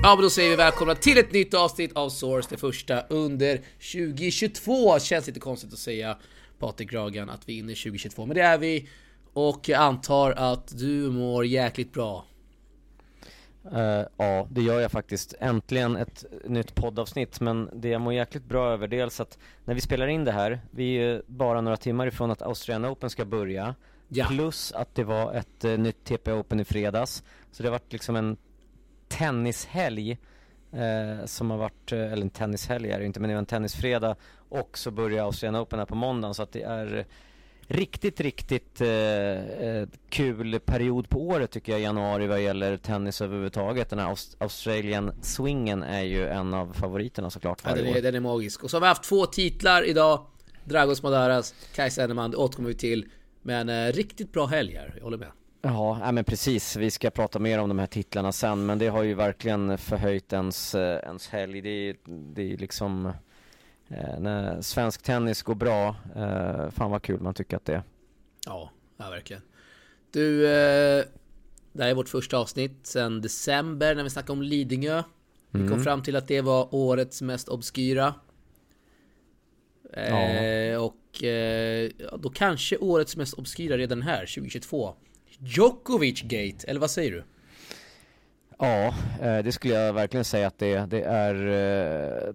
Ja, men då säger vi välkomna till ett nytt avsnitt av Source, det första under 2022. Känns lite konstigt att säga, Patrik Ragan, att vi är inne i 2022, men det är vi. Och jag antar att du mår jäkligt bra. Ja, det gör jag faktiskt. Äntligen ett nytt poddavsnitt. Men det jag mår jäkligt bra över, dels att när vi spelar in det här, vi är bara några timmar ifrån att Australian Open ska börja. Ja. Plus att det var ett nytt TP Open i fredags. Så det har varit liksom en tennishelg som har varit, eller en tennishelg är det inte, men det var en tennisfredag. Och så börjar Australian Open här på måndagen. Så att det är riktigt kul period på året tycker jag, januari, vad gäller tennis överhuvudtaget. Den här Australian swingen är ju en av favoriterna såklart. Ja, den är magisk. Och så har vi haft 2 titlar idag. Dragos Madaras, Kajsa Enneman, det återkommer vi till. Men riktigt bra helg här, jag håller med. Ja, men precis. Vi ska prata mer om de här titlarna sen. Men det har ju verkligen förhöjt ens helg. Det är liksom... när svensk tennis går bra, fan vad kul man tycker att det är. Ja, verkligen. Du, det här är vårt första avsnitt sedan december när vi snackade om Lidingö. Vi kom fram till att det var årets mest obskyra. Och då kanske årets mest obskyra redan här, 2022. Djokovic Gate, eller vad säger du? Ja, det skulle jag verkligen säga att det är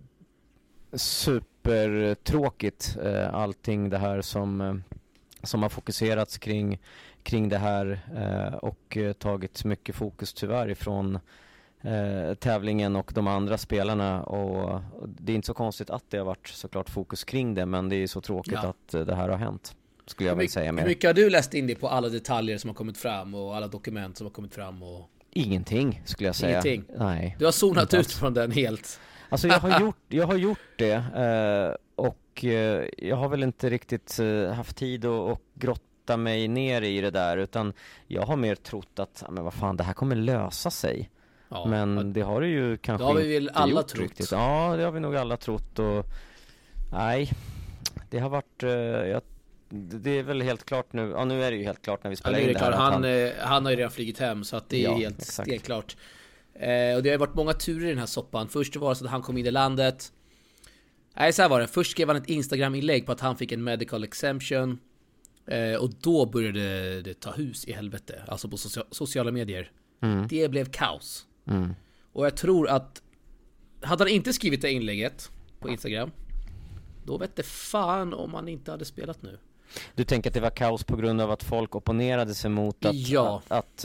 supertråkigt, allting det här som har fokuserats kring det här och tagit mycket fokus tyvärr ifrån tävlingen och de andra spelarna, och det är inte så konstigt att det har varit såklart fokus kring det, men det är så tråkigt att det här har hänt, skulle jag väl säga mer. Hur mycket har du läst in dig på alla detaljer som har kommit fram och alla dokument som har kommit fram? Ingenting skulle jag säga. Ingenting? Nej. Du har zonat ut från den helt. Alltså jag har gjort det och jag har väl inte riktigt haft tid att grotta mig ner i det där, utan jag har mer trott att men vad fan, det här kommer lösa sig. Ja, men det har det ju kanske inte. Det har vi väl alla trott. Riktigt. Ja, det har vi nog alla trott, och nej, det har varit det är väl helt klart nu. Ja, nu är det ju helt klart när vi spelar in det här. Han har ju redan flygit hem, så att det är helt klart. Och det har varit många turer i den här soppan. Först var det så att han kom in i landet. Nej, så här var det. Först skrev han ett Instagram-inlägg på att han fick en medical exemption. Och då började det ta hus i helvete. Alltså på sociala medier. Det blev kaos. Och jag tror att hade han inte skrivit det inlägget på Instagram, då vet det fan om han inte hade spelat nu. Du tänker att det var kaos på grund av att folk opponerade sig mot att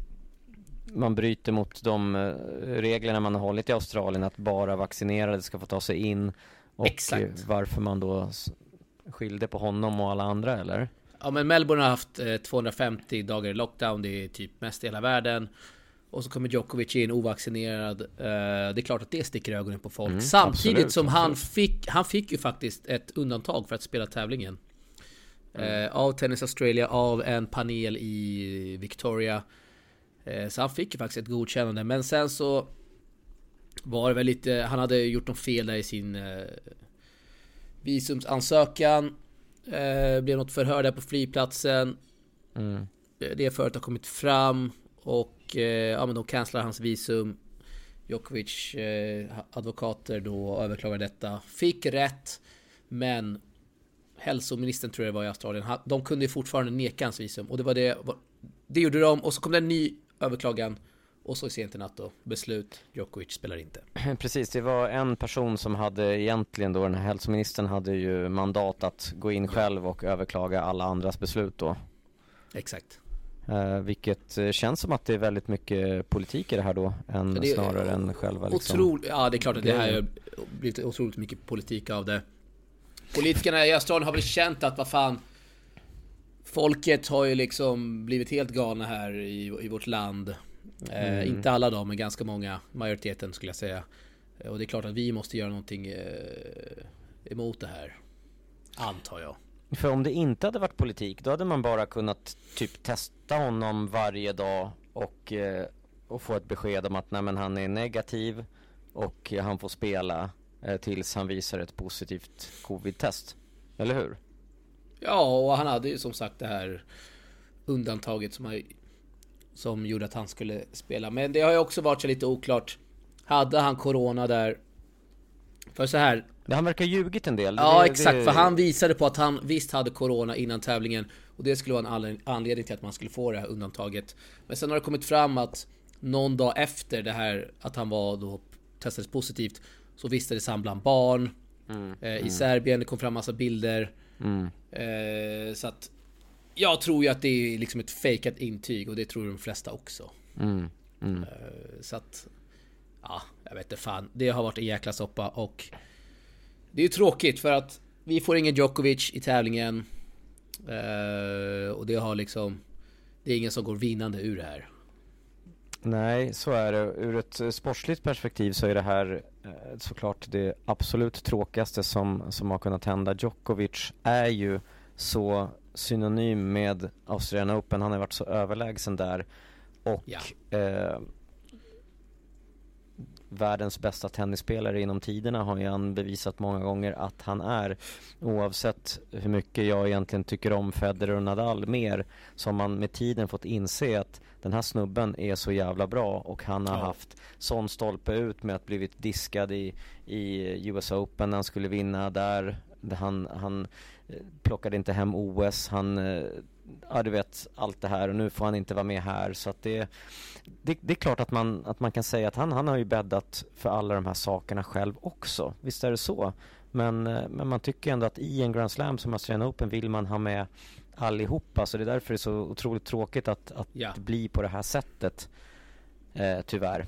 man bryter mot de reglerna man har hållit i Australien, att bara vaccinerade ska få ta sig in, och exakt. Varför man då skilde på honom och alla andra, eller? Ja, men Melbourne har haft 250 dagar i lockdown, det är typ mest i hela världen. Och så kommer Djokovic in ovaccinerad. Det är klart att det sticker ögonen på folk. Samtidigt som han fick ju faktiskt ett undantag för att spela tävlingen. Av Tennis Australia, av en panel i Victoria. Så han fick ju faktiskt ett godkännande. Men sen så var det väl lite, han hade gjort något fel där i sin visumsansökan. Blev något förhör där på flygplatsen. Det förut har kommit fram. Och men de cancelar hans visum. Djokovic advokater då överklagade detta. Fick rätt. Men hälsoministern, tror jag det var i Australien, de kunde ju fortfarande neka hans visum. Och det gjorde de. Och så kom det en ny överklagan. Och så i sent i natt då, beslut, Djokovic spelar inte. Precis, det var en person som hade egentligen då, den här hälsoministern hade ju mandat att gå in själv och överklaga alla andras beslut då. Exakt. Vilket känns som att det är väldigt mycket politik i det här då, snarare än själva liksom. Ja, det är klart att det här har blivit otroligt mycket politik av det. Politikerna i Australien har väl känt att vad fan, folket har ju liksom blivit helt galna här i vårt land. Inte alla då, men ganska många, majoriteten skulle jag säga. Och det är klart att vi måste göra någonting emot det här, antar jag. För om det inte hade varit politik, då hade man bara kunnat typ testa honom varje dag och få ett besked om att nej, men han är negativ och han får spela tills han visar ett positivt covid-test. Eller hur? Ja, och han hade ju som sagt det här undantaget som gjorde att han skulle spela. Men det har ju också varit så lite oklart. hade han corona där. För så här. Han verkar ljugit en del. Ja, exakt. För han visade på att han visst hade corona innan tävlingen. Och det skulle vara en anledning till att man skulle få det här undantaget. Men sen har det kommit fram att någon dag efter det här, att han var då testades positivt, så vistades han bland barn i Serbien. Det kom fram massa bilder. Så att jag tror ju att det är liksom ett fejkat intyg, och det tror de flesta också. Så att ja, jag vet inte fan. Det har varit en jäkla soppa, och det är ju tråkigt för att vi får ingen Djokovic i tävlingen. Och det har liksom, det är ingen som går vinnande ur det här. Nej, så är det. Ur ett sportsligt perspektiv så är det här såklart det absolut tråkigaste som har kunnat hända. Djokovic är ju så synonym med Australian Open. Han har varit så överlägsen där. Och världens bästa tennisspelare inom tiderna har ju han bevisat många gånger att han är. Oavsett hur mycket jag egentligen tycker om Federer och Nadal mer, så har man med tiden fått inse att den här snubben är så jävla bra, och han har haft sån stolpe ut med att blivit diskad i US Open när han skulle vinna där. Han plockade inte hem OS, ja, du vet allt det här, och nu får han inte vara med här, så att det är klart att man kan säga att han har ju bäddat för alla de här sakerna själv också. Visst är det så, men man tycker ändå att i en Grand Slam som Australian Open vill man ha med allihopa, så det är därför det är så otroligt tråkigt att det blir på det här sättet, tyvärr.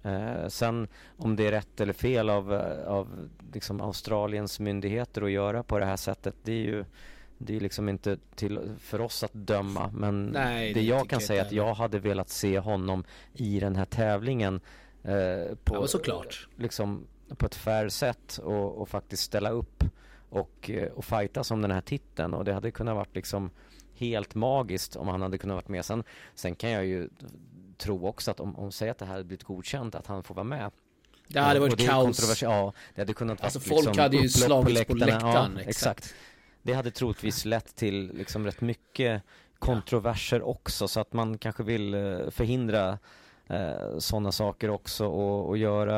Sen om det är rätt eller fel av liksom Australiens myndigheter att göra på det här sättet, det är liksom inte för oss att döma, men nej, det jag kan säga att jag hade velat se honom i den här tävlingen på, såklart. Liksom på ett fair sätt, och faktiskt ställa upp och fightas om den här titeln, och det hade kunnat varit liksom helt magiskt om han hade kunnat varit med. Sen kan jag ju tro också att om säger att det här hade blivit godkänt, att han får vara med. Det hade varit kaos. Ja, det hade kunnat alltså vara folk liksom hade ju slagits på läktaren. Ja, exakt. Det hade troligtvis lett till liksom rätt mycket kontroverser också, så att man kanske vill förhindra sådana saker också, och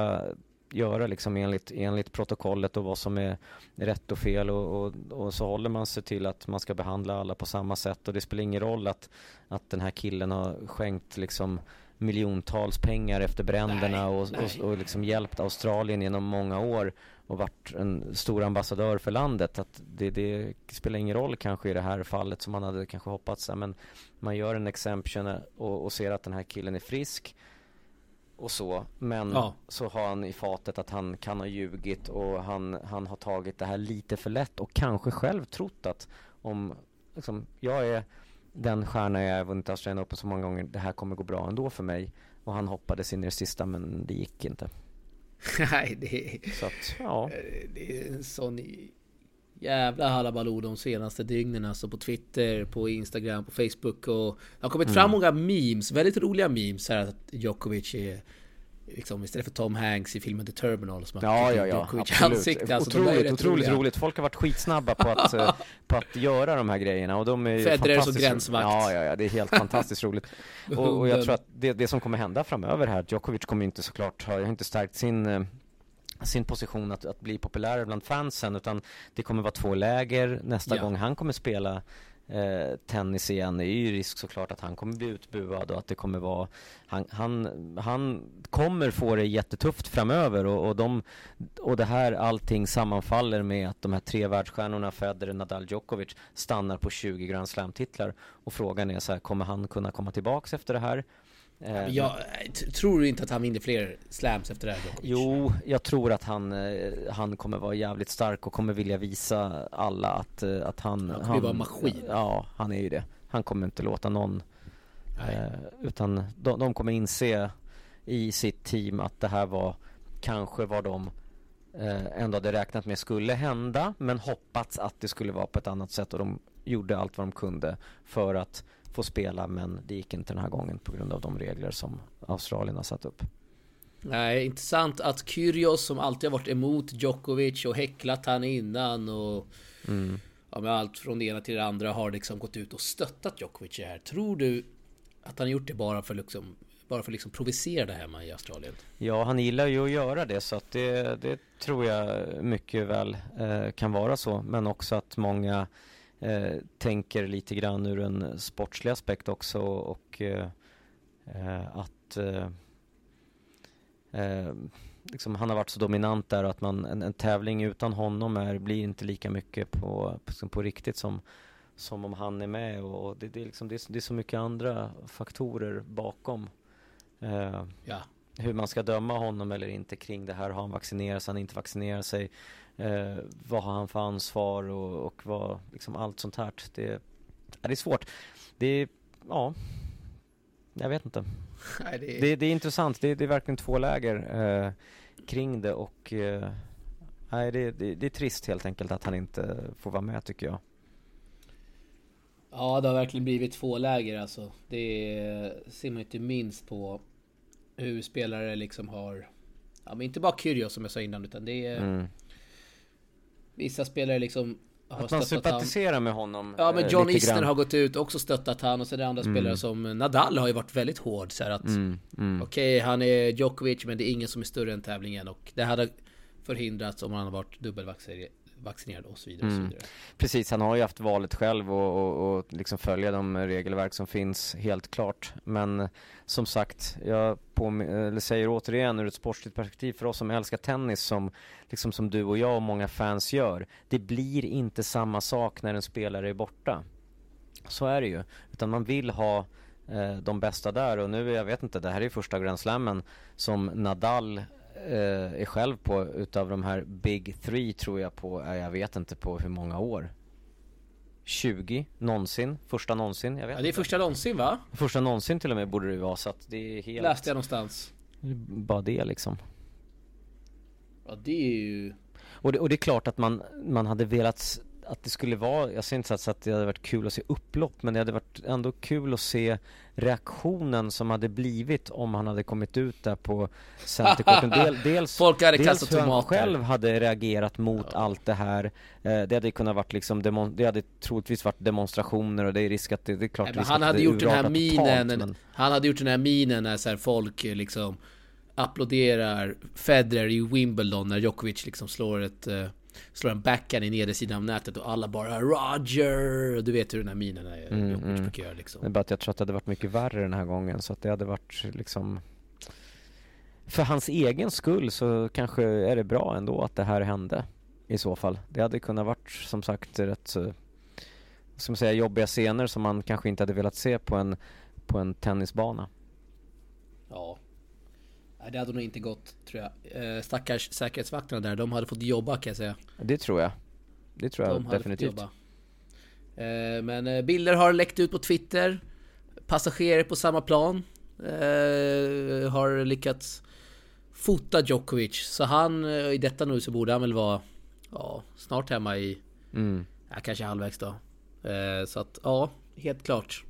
göra liksom enligt protokollet och vad som är rätt och fel, och så håller man sig till att man ska behandla alla på samma sätt, och det spelar ingen roll att den här killen har skänkt liksom miljontals pengar efter bränderna och liksom hjälpt Australien genom många år och varit en stor ambassadör för landet. Att det spelar ingen roll kanske i det här fallet som man hade kanske hoppats, men man gör en exemption och ser att den här killen är frisk och så, men så har han i fatet att han kan ha ljugit, och han har tagit det här lite för lätt, och kanske själv trott att om liksom, jag är den stjärna jag har vunnit Australian Open så många gånger, det här kommer gå bra ändå för mig, och han hoppades in i det sista, men det gick inte. Nej, det är en sån jävla halabaloo de senaste dygnen, alltså på Twitter, på Instagram, på Facebook, och det har kommit fram många memes, väldigt roliga memes här, att Djokovic är liksom istället för Tom Hanks i filmen The Terminal, som Djokovic ansikte, alltså, otroligt roligt. Folk har varit skitsnabba på att göra de här grejerna, och de är Federer och gränsvakt. Ja, det är helt fantastiskt roligt. Och jag tror att det som kommer hända framöver här, Djokovic kommer inte såklart har inte stärkt sin position att bli populär bland fansen, utan det kommer vara 2 läger nästa gång han kommer spela tennis igen. Det är ju risk såklart att han kommer bli utbuad, och att det kommer vara han kommer få det jättetufft framöver, och det här allting sammanfaller med att de här 3 världsstjärnorna Federer, Nadal, Djokovic stannar på 20 Grand Slam-titlar, och frågan är så här, kommer han kunna komma tillbaks efter det här? Jag tror inte att han vinner fler slams efter det här, Djokovic. Jo, jag tror att han kommer vara jävligt stark och kommer vilja visa alla att han kommer vara maskin. Ja, han är ju det. Han kommer inte låta någon utan de kommer inse i sitt team att det här var kanske vad de ändå hade räknat med skulle hända, men hoppats att det skulle vara på ett annat sätt, och de gjorde allt vad de kunde för att få spela, men det gick inte den här gången på grund av de regler som Australien har satt upp. Nej, intressant att Kyrgios, som alltid har varit emot Djokovic och häcklat han innan och med allt från det ena till det andra, har liksom gått ut och stöttat Djokovic här. Tror du att han har gjort det bara bara för att liksom provocera det hemma i Australien. Ja, han gillar ju att göra det, så att det tror jag mycket väl kan vara så. Men också att många tänker lite grann ur en sportslig aspekt också, och att liksom han har varit så dominant där, att en tävling utan honom blir inte lika mycket på riktigt som om han är med, och det är så mycket andra faktorer bakom hur man ska döma honom eller inte kring det här. Har han vaccinerat sig, han inte vaccinerat sig, vad har han för ansvar och vad, liksom allt sånt här. Det är svårt. Jag vet inte. Nej, det är intressant. Det är verkligen två läger kring det, och det är trist helt enkelt att han inte får vara med, tycker jag. Ja, det har verkligen blivit två läger alltså. Det ser man inte minst på hur spelare liksom har, ja, men inte bara Kyrgios som jag sa innan, utan det är vissa spelare liksom har att man sympatiserar med honom. Ja, men John Isner har gått ut och också stöttat han, och så är det andra spelare som Nadal har ju varit väldigt hård så här att okej, han är Djokovic, men det är ingen som är större än tävlingen, och det hade förhindrats om han har varit dubbelvaccinerad och så vidare, och så vidare. Precis, han har ju haft valet själv och liksom följa de regelverk som finns, helt klart. Men som sagt, jag säger återigen ur ett sportsligt perspektiv, för oss som älskar tennis, som du och jag och många fans gör, det blir inte samma sak när en spelare är borta. Så är det ju. Utan man vill ha de bästa där, och nu, jag vet inte, det här är första Grand Slammen som Nadal är själv på utav de här Big 3, tror jag på, jag vet inte på hur många år. 20 någonsin, första någonsin, jag vet. Ja, det är första någonsin, va? Första någonsin till och med borde det vara, så att det är helt... Läste jag någonstans. Bara det liksom. Ja, det är ju... Och det är klart att man hade velat att det skulle vara, jag ser inte så att det hade varit kul att se upplopp, men det hade varit ändå kul att se reaktionen som hade blivit om han hade kommit ut där på centerkorten. Dels folk hade kastat hur han tomater. själv hade reagerat mot allt det här. Det hade kunnat varit liksom det hade troligtvis varit demonstrationer, och det är risk att det är klart. Nej, han hade gjort den här minen totalt, han hade gjort den här minen när så här folk liksom applåderar Federer i Wimbledon när Djokovic liksom slår en backhand i nedersidan av nätet, och alla bara Roger, och du vet hur den här minen är Djokovic brukar göra liksom. Det är bara att jag tror att det hade varit mycket värre den här gången, så att det hade varit liksom, för hans egen skull så kanske är det bra ändå att det här hände i så fall. Det hade kunnat varit, som sagt, rätt, ska man säga, jobbiga scener som man kanske inte hade velat se på en tennisbana. Ja. Det hade nog inte gått, tror jag. Stackars säkerhetsvakterna där, de hade fått jobba, kan jag säga. Det tror jag definitivt. Men bilder har läckt ut på Twitter. Passagerare på samma plan har lyckats fota Djokovic. Så han, i detta nu så borde han väl vara snart hemma i kanske halvvägs då. Så att, helt klart.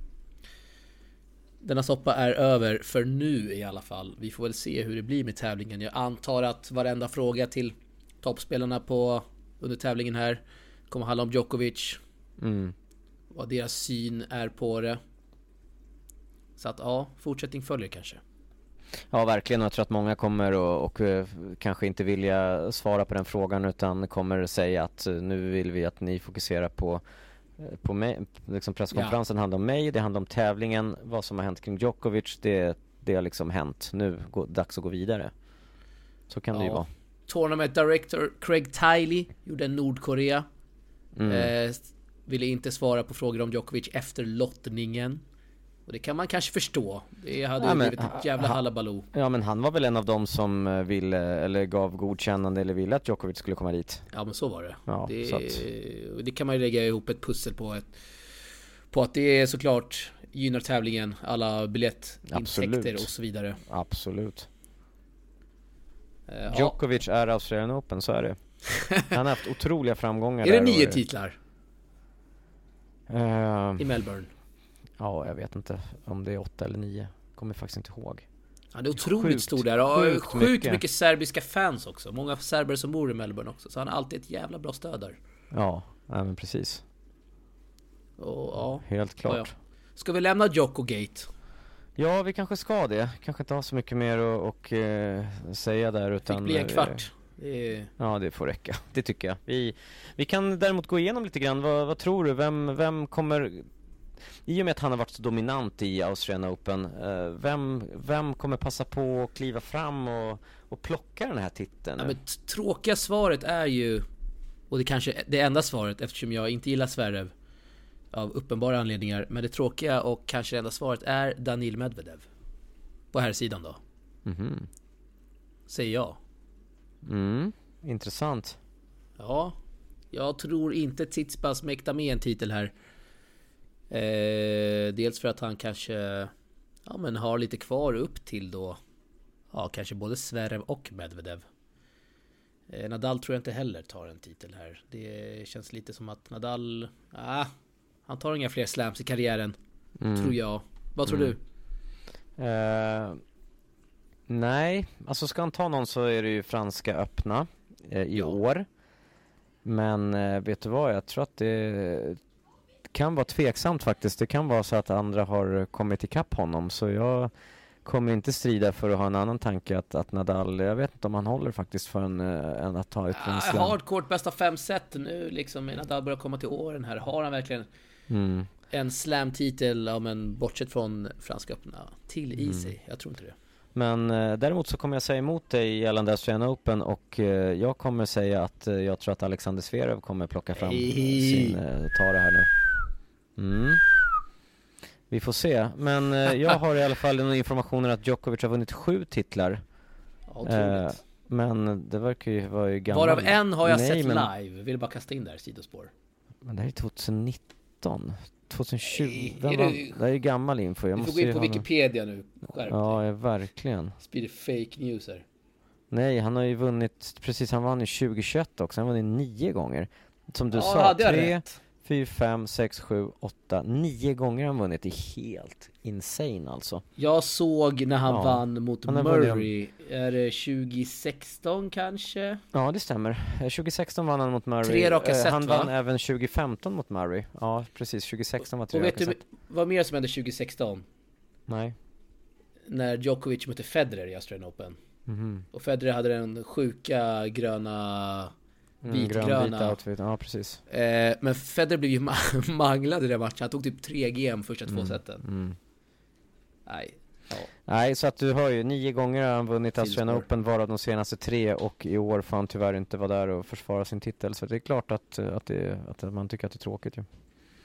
Denna soppa är över för nu i alla fall. Vi får väl se hur det blir med tävlingen. Jag antar att varenda fråga till toppspelarna under tävlingen här kommer handla om Djokovic. Vad deras syn är på det. Så att fortsättning följer kanske. Ja, verkligen. Jag tror att många kommer och kanske inte vilja svara på den frågan, utan kommer säga att nu vill vi att ni fokuserar på mig. Liksom presskonferensen handlar om mig, det handlar om tävlingen, vad som har hänt kring Djokovic, det har liksom hänt. Nu dags att gå vidare. Så kan det ju vara. Tournament Director Craig Tiley gjorde en Nordkorea. Ville inte svara på frågor om Djokovic efter lottningen. Och det kan man kanske förstå. Det hade ju blivit ett jävla halabaloo. Ja, men han var väl en av dem som ville, eller gav godkännande eller ville att Djokovic skulle komma dit. Ja, men så var det. Ja, det kan man ju lägga ihop ett pussel på att det är såklart gynnar tävlingen, alla biljettintäkter och så vidare. Absolut. Djokovic är Australian Open, så är det. Han har haft otroliga framgångar. Är det 9 titlar? I Melbourne? Ja, jag vet inte om det är 8 eller 9. Kommer faktiskt inte ihåg. Ja, det är otroligt stor där. Sjukt mycket serbiska fans också. Många serber som bor i Melbourne också. Så han har alltid ett jävla bra stöd där. Ja, men precis. Och, helt klart. Ja. Ska vi lämna Djokogate? Ja, vi kanske ska det. Kanske inte ha så mycket mer att säga där. Utan, fick bli en kvart. Ja, det får räcka. Det tycker jag. Vi kan däremot gå igenom lite grann. Vad tror du? Vem kommer... I och med att han har varit så dominant i Australian Open, vem kommer passa på att kliva fram och plocka den här titeln? Ja, men tråkiga svaret är ju, och det kanske det enda svaret eftersom jag inte gillar Zverev av uppenbara anledningar, men det tråkiga och kanske det enda svaret är Daniil Medvedev på här sidan då. Säger jag. Intressant. Ja, jag tror inte Tsitsipas mäktar med en titel här. Dels för att han kanske har lite kvar upp till då kanske både Zverev och Medvedev. Nadal tror jag inte heller tar en titel här. Det känns lite som att Nadal han tar inga fler slams i karriären, tror jag. Vad tror du? Nej, alltså ska han ta någon så är det ju Franska öppna i år. Men vet du vad, jag tror att det kan vara tveksamt faktiskt. Det kan vara så att andra har kommit ikapp honom. Så jag kommer inte strida för att ha en annan tanke att Nadal, jag vet inte om han håller faktiskt för en att ta ut en slam. Hardcourt bästa 5 set nu liksom. Nadal börjar komma till åren här. Har han verkligen en slam-titel, men bortsett från Franska öppna till i sig? Jag tror inte det. Men däremot så kommer jag säga emot dig gällande Australian Open och jag kommer säga att jag tror att Alexander Zverev kommer plocka fram sin ta det här nu. Vi får se. Men jag har i alla fall någon information att Djokovic har vunnit 7 titlar. Men det verkar ju vara gammal. Varav en har jag sett live. Vill bara kasta in där sidospår. Men det här är 2019. 2020. Det är ju gammal info. Du får gå in på Wikipedia nu. Ja, verkligen. Blir det fake news här? Nej, han har ju vunnit, precis, han vann i 2021 också. Han vann i 9 gånger. Som du sa, 3, 4, 5, 6, 7, 8, 9 gånger han vunnit. Det är helt insane alltså. Jag såg när han vann mot Murray. Är det 2016 kanske? Ja, det stämmer. 2016 vann han mot Murray. 3 raka set, han vann även 2015 mot Murray. Ja, precis. 2016 var 3 raka set. Och vet du vad mer som hände 2016? Nej. När Djokovic mötte Federer i Australian Open. Och Federer hade den sjuka gröna... vitgröna outfit. Ja, precis. Men Federer blev ju manglad i den matchen. Han tog typ 3 game första 2 seten. Nej, så att du har ju 9 gånger har han vunnit Australian Open, varav de senaste 3, och i år får han tyvärr inte vara där och försvara sin titel. Så det är klart att man tycker att det är tråkigt ju.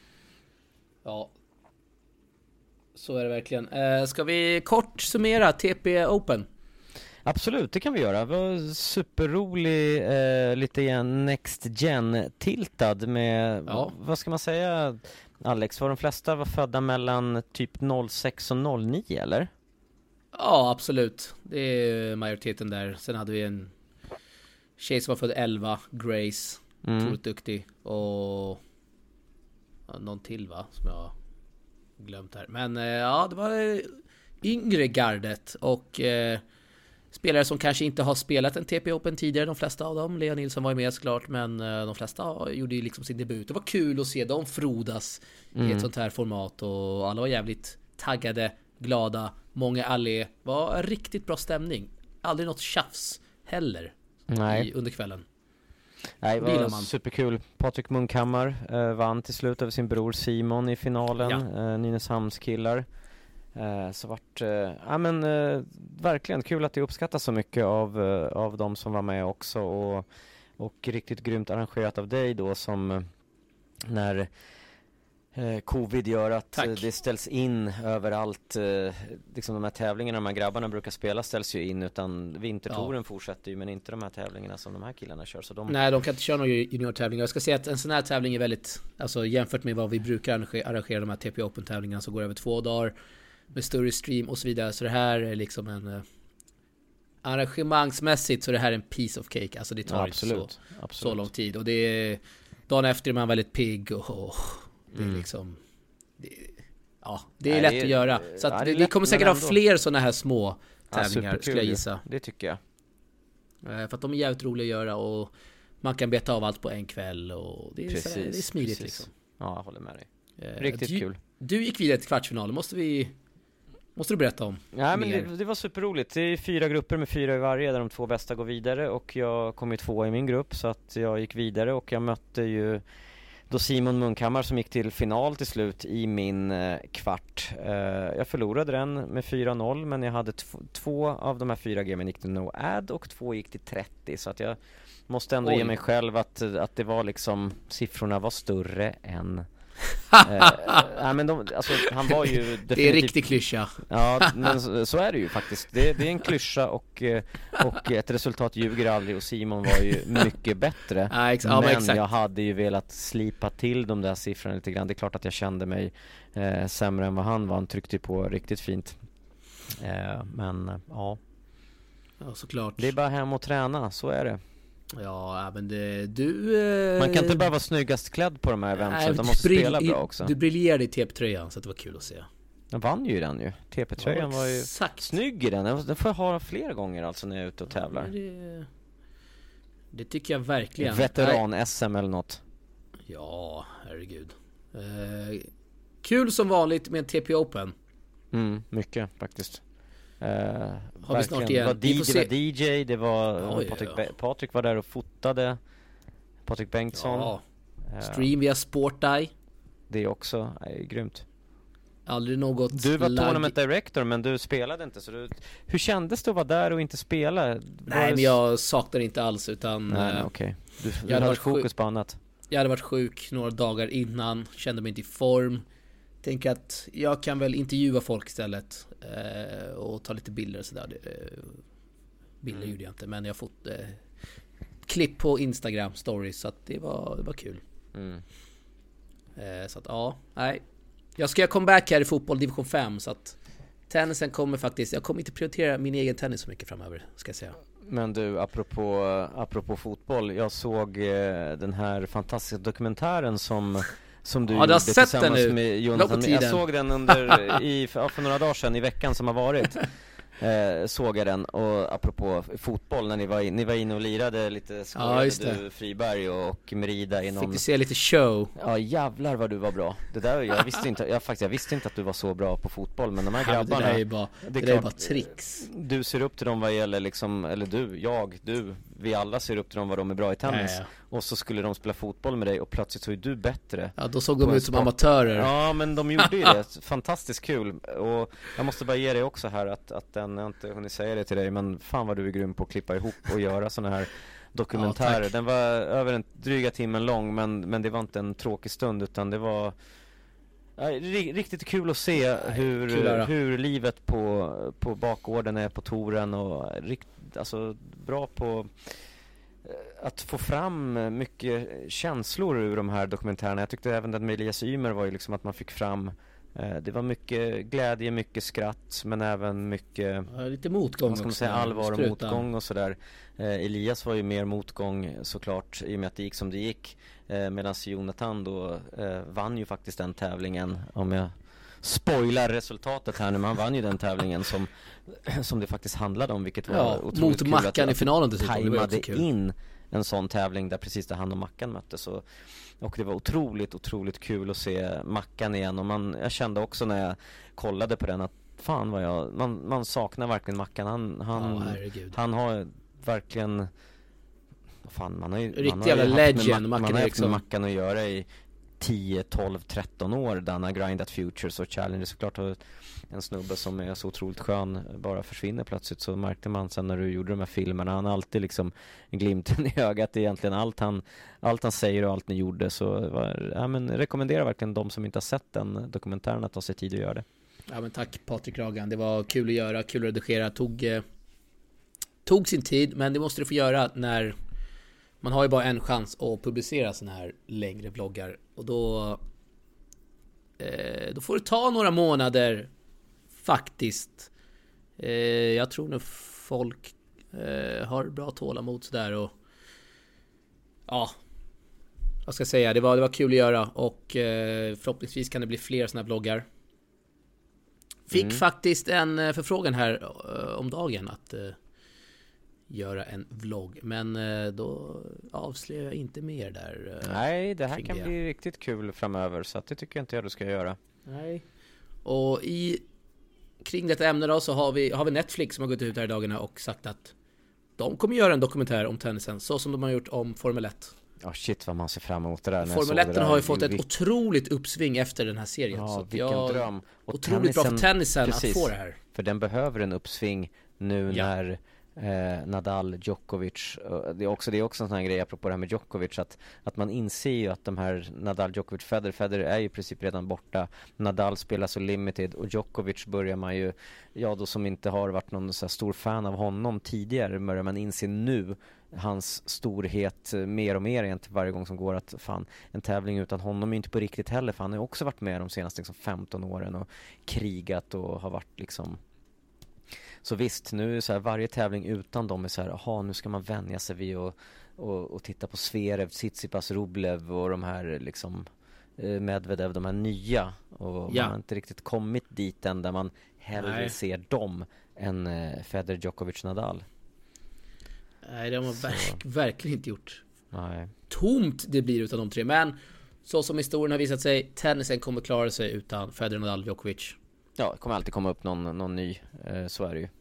Ja, så är det verkligen. Ska vi kort summera TP Open? Absolut, det kan vi göra. Det var superrolig, lite grann next gen tiltad med, vad ska man säga, Alex? Var de flesta var födda mellan typ 06 och 09, eller? Ja, absolut. Det är majoriteten där. Sen hade vi en tjej som var född 11, Grace, otroligt duktig. Och någon till som jag har glömt här. Men det var yngre gardet och... spelare som kanske inte har spelat en TP Open tidigare, de flesta av dem. Lea Nilsson var ju med såklart, men de flesta gjorde ju liksom sin debut. Det var kul att se dem frodas i ett sånt här format, och alla var jävligt taggade, glada. Många allé, var riktigt bra stämning. Aldrig något tjafs heller under kvällen. Nej, det var superkul. Patrik Munkhammar vann till slut över sin bror Simon i finalen. Nynäshamns killar. Så vart verkligen kul att det uppskattas så mycket av de som var med också, och riktigt grymt arrangerat av dig då, som när covid gör att det ställs in överallt, liksom de här tävlingarna de här grabbarna brukar spela ställs ju in, utan vintertouren fortsätter ju, men inte de här tävlingarna som de här killarna kör. Så Nej, de kan inte köra några juniortävlingar. Jag ska säga att en sån här tävling är väldigt, alltså jämfört med vad vi brukar arrangera de här TP Open-tävlingarna som går över 2 dagar med större stream och så vidare, så det här är liksom en arrangemangsmässigt, så det här är en piece of cake. Alltså det tar inte så lång tid, och det är dagen efter man är väldigt pigg och det är liksom det är lätt att göra. Så att vi kommer säkert ha fler såna här små tävlingar, skulle jag gissa. Det tycker jag. För att de är jävligt roliga att göra, och man kan beta av allt på en kväll, och det är smidigt liksom. Ja, jag håller med dig. Riktigt kul. Du gick vidare till kvartsfinalen, måste vi Måste du berätta om? Ja, men det var superroligt. Det är 4 grupper med 4 i varje där de 2 bästa går vidare, och jag kom ju 2 i min grupp, så att jag gick vidare, och jag mötte ju då Simon Munkhammar som gick till final till slut i min kvart. Jag förlorade den med 4-0, men jag hade 2 av de här 4 gamen gick till no ad och 2 gick till 30, så att jag måste ändå ge mig själv att det var liksom, siffrorna var större än men alltså, han var ju definitivt... Det är en riktig klyscha. Ja, men så är det ju faktiskt. Det är en klyscha, och ett resultat ljuger aldrig, och Simon var ju mycket bättre. Men jag hade ju velat slipa till de där siffrorna lite grann. Det är klart att jag kände mig sämre än vad han var. Han tryckte ju på riktigt fint. Men ja, såklart. Det är bara hem och träna, så är det. Ja, men man kan inte bara vara snyggast klädd på de här eventen, utan måste spela bra också. Du briljerade i TP-tröjan, så det var kul att se. Jag vann ju den ju. TP-tröjan var ju snygg i den. Den får jag ha flera gånger alltså när jag är ute och tävlar. Det tycker jag verkligen. Veteran-SM eller något. Ja, herregud. Kul som vanligt med TP Open. Mycket faktiskt. Har vi snart igen. Det var DJ, det var Patrik var där och fotade. Patrik Bengtsson. Stream via Sporteye. Det är också grymt. Aldrig något. Du var tournament director, men du spelade inte, så hur kändes det att vara där och inte spela? Nej, men jag saknade inte alls, utan okej. Du hade fokus på annat. Jag hade varit sjuk några dagar innan, kände mig inte i form. Tänker att jag kan väl intervjua folk istället och ta lite bilder och sådär. Bilder gjorde jag inte, men jag har fått klipp på Instagram stories, så att det var kul. Så att nej. Jag ska göra comeback här i fotboll division 5, så att tennisen kommer faktiskt, jag kommer inte prioritera min egen tennis så mycket framöver, ska jag säga. Men du, apropå fotboll, jag såg den här fantastiska dokumentären som du gjorde tillsammans med Jonathan. Jag såg den för några dagar sedan i veckan som har varit. Såg jag den, och apropå fotboll, när ni var inne och lirade lite, skojade du Friberg och Merida i någon... Fick du se lite show? Ja, jävlar vad du var bra. Det där, jag visste inte att du var så bra på fotboll, men de här grabbarna... Det är bara tricks. Du ser upp till dem vad gäller liksom, eller vi alla ser upp till dem vad de är bra i tennis. Ja. Och så skulle de spela fotboll med dig, och plötsligt så är du bättre. Ja, då såg de ut som amatörer. Ja, men de gjorde ju det. Fantastiskt kul. Och jag måste bara ge dig också här att jag inte hunnit säga det till dig, men fan vad du är grym på att klippa ihop och göra såna här dokumentärer. Ja, den var över en dryga timmen lång, men det var inte en tråkig stund, utan det var riktigt kul att se hur livet på bakgården är på touren, och alltså bra på att få fram mycket känslor ur de här dokumentärerna. Jag tyckte även den med Elias Ymer var ju liksom att man fick fram, det var mycket glädje, mycket skratt, men även mycket lite motgång, vad ska man säga, allvar och motgång och sådär. Elias var ju mer motgång såklart, i och med att det gick som det gick, medan Jonathan då vann ju faktiskt den tävlingen, om jag spoilar resultatet här nu, men han vann ju den tävlingen som det faktiskt handlade om, vilket var otroligt mot kul. Mackan i finalen dessutom. Tajmade in en sån tävling där precis där han och Mackan möttes, och det var otroligt kul att se Mackan igen, och jag kände också när jag kollade på den att fan vad man saknar verkligen Mackan. Han har verkligen man har ju haft med Mackan att göra i 10, 12, 13 år där han har grindat Futures och Challenger. Såklart en snubbe som är så otroligt skön bara försvinner plötsligt, så märkte man sen när du gjorde de här filmerna, han alltid liksom glimten i ögat, egentligen allt han säger och allt ni gjorde, så rekommenderar verkligen de som inte har sett den dokumentären att ta sig tid att göra det. Ja, men tack Patrik Ragan, det var kul att göra, kul att redigera, tog sin tid, men det måste du få göra när man har ju bara en chans att publicera såna här längre vloggar, och då får det ta några månader faktiskt. Jag tror nog folk har bra tålamod sådär, och vad ska jag säga, det var kul att göra, och förhoppningsvis kan det bli fler såna här vloggar. Fick faktiskt en förfrågan här om dagen att göra en vlogg, men då avslöjar jag inte mer där. Nej, det här kan bli riktigt kul framöver, så att det tycker jag inte du ska göra. Nej. Och i kring detta ämne då så har vi Netflix som har gått ut här i dagarna och sagt att de kommer göra en dokumentär om tennisen så som de har gjort om Formel 1. Ja, shit vad man ser fram emot det där. Formel 1 har ju fått ett otroligt uppsving efter den här serien. Ja, så vilken dröm. Och otroligt bra för tennisen precis, att få det här. För den behöver en uppsving nu när Nadal, Djokovic, det är också en sån här grej apropå det här med Djokovic, att man inser ju att de här Nadal, Djokovic, Federer är ju i princip redan borta. Nadal spelar så limited och Djokovic börjar man ju, då som inte har varit någon så här stor fan av honom tidigare, börjar man inse nu hans storhet mer och mer egentligen varje gång som går, att fan, en tävling utan honom är inte på riktigt heller, för han har ju också varit med de senaste 15 åren och krigat och har varit liksom. Så visst, nu är så här, varje tävling utan dem är så här, nu ska man vänja sig vid och titta på Zverev, Tsitsipas, Rublev och de här liksom Medvedev, de här nya, och man har inte riktigt kommit dit än där man hellre ser dem än Federer, Djokovic, Nadal. Nej, det har man verkligen inte gjort. Nej. Tomt det blir utan de tre, men så som historien har visat sig, tennisen kommer klara sig utan Federer, Nadal, Djokovic. Ja, det kommer alltid komma upp någon ny, så är det ju.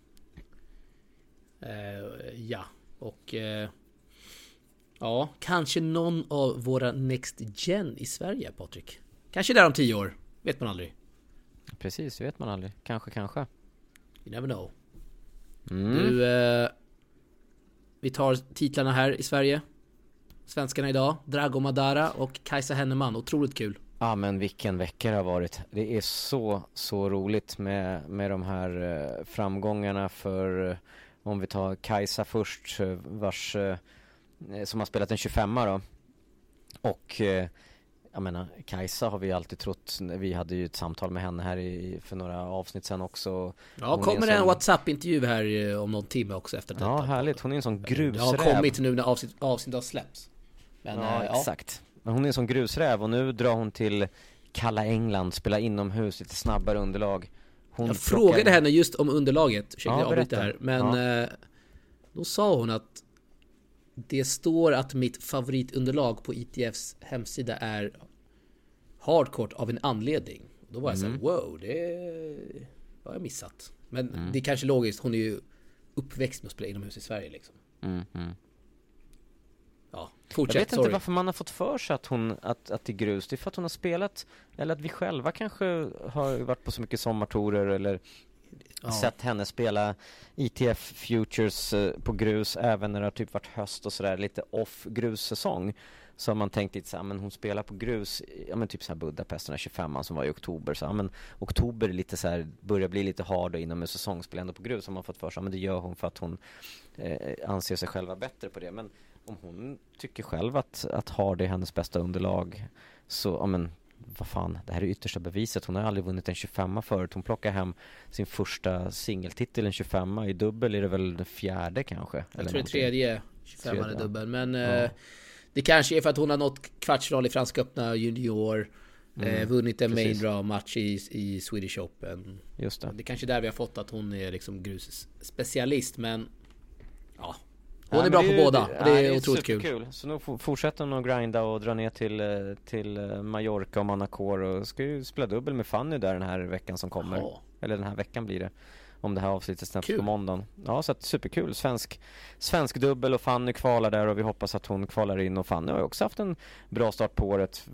Kanske någon av våra next gen i Sverige, Patrik. Kanske där om 10 år, vet man aldrig. Precis, vet man aldrig. Kanske. You never know. Du, vi tar titlarna här i Sverige. Svenskarna idag, Drago Madara och Kajsa Henneman, otroligt kul. Ja, men vilken vecka det har varit. Det är så roligt med de här framgångarna för, om vi tar Kajsa först, vars som har spelat en 25 då. Och jag menar, Kajsa har vi alltid trott, vi hade ju ett samtal med henne här för några avsnitt sen också. Ja, kommer en WhatsApp-intervju här om någon timme också efter detta. Ja, härligt. Hon är en sån grusräv. Det har kommit nu när avsnittet släpps. Men, exakt. Men hon är en sån grusräv och nu drar hon till kalla England, spelar inomhus, lite snabbare underlag. Jag frågade henne just om underlaget, här. Men då sa hon att det står att mitt favoritunderlag på ITFs hemsida är hardcourt av en anledning. Då var jag så här, wow, det har jag missat. Men det är kanske logiskt, hon är ju uppväxt med att spela inomhus i Sverige liksom. Ja, fortsätt, jag vet inte varför man har fått för sig att det är grus. Det är för att hon har spelat, eller att vi själva kanske har varit på så mycket sommartorer eller sett henne spela ITF Futures på grus även när det har typ varit höst och sådär, lite off grussäsong. Så har man tänkt lite så här, men hon spelar på grus, ja men typ så här Budapest, den här 25an som var i oktober, så men oktober är lite så här, börjar bli lite hard och inom en säsong spelar ändå på grus, har man fått för sig, men det gör hon för att hon anser sig själva bättre på det. Men om hon tycker själv att hard är hennes bästa underlag, så ja men vad fan, det här är yttersta beviset. Hon har aldrig vunnit en 25 förut. Hon plockar hem sin första singeltitel, en 25 i dubbel är det väl det fjärde kanske. Jag tror det tredje 25 i dubbel. Men det kanske är för att hon har nått kvartsfinal i Franska öppna junior, vunnit en main draw match i Swedish Open. Just det. Det är kanske där vi har fått att hon är liksom grusspecialist, men ja. Hon är bra på båda och det är otroligt kul. Så nu fortsätter hon att grinda och dra ner till Mallorca och Manacor och ska ju spela dubbel med Fanny där den här veckan som kommer. Ja. Eller den här veckan blir det, om det här avsnittet snabbt på måndagen. Ja, så att superkul. Svensk dubbel och Fanny kvalar där och vi hoppas att hon kvalar in. Och Fanny har ju också haft en bra start på året.